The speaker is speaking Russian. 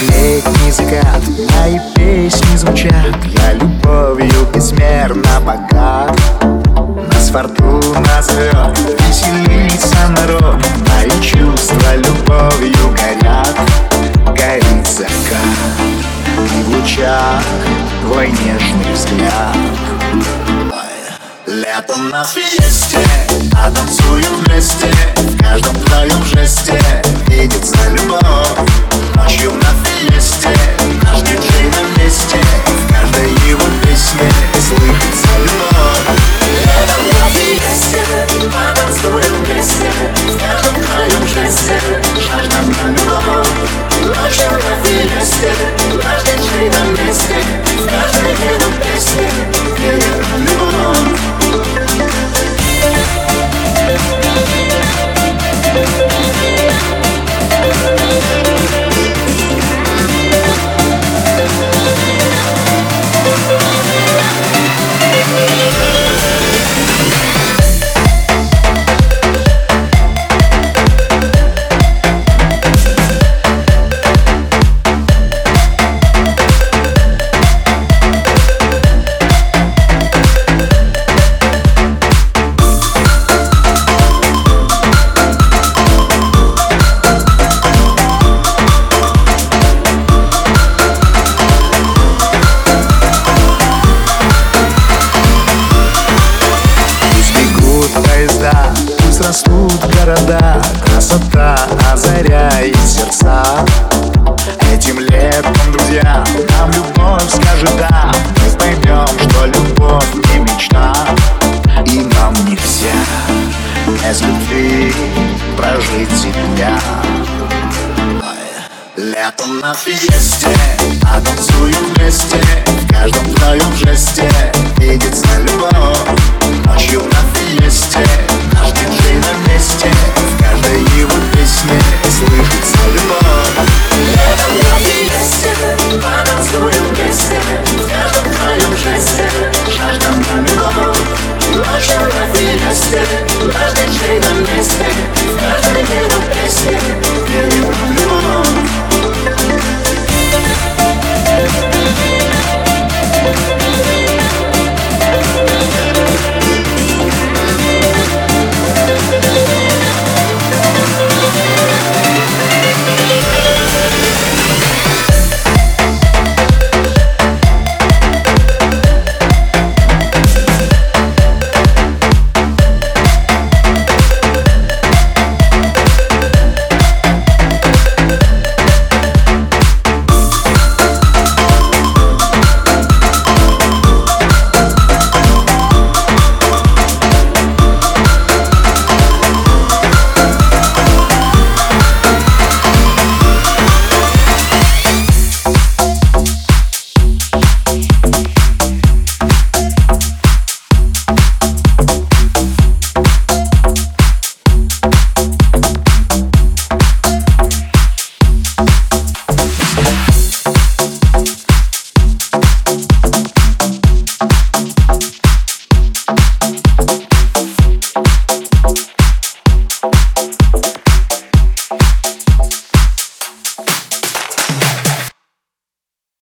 Летний закат, мои песни звучат. Я любовью безмерно богат. Нас фортуна зовет, веселится народ. Мои чувства любовью горят. Горит закат, и в лучах твой нежный взгляд. Летом на фиесте, а танцуем вместе. В каждом твоем жесте видится любовь. Ночью на фиесте, наш диджей на месте. В каждой его песне слышится любовь. Летом на фиесте, а танцуем вместе. В каждом твоем жесте жажда на любовь. Ночью на фиесте, наш диджей на месте. В каждой его песне видится любовь. Пусть растут города, красота озаряет сердца. Этим летом, друзья, нам любовь скажет да. Мы поймем, что любовь не мечта. И нам нельзя без любви прожить себя. Летом на фиесте, а танцуем вместе. В каждом твоем жесте видится любовь. Ночью на фиесте, наш диджей на месте. В каждой его песне слышится любовь. Летом на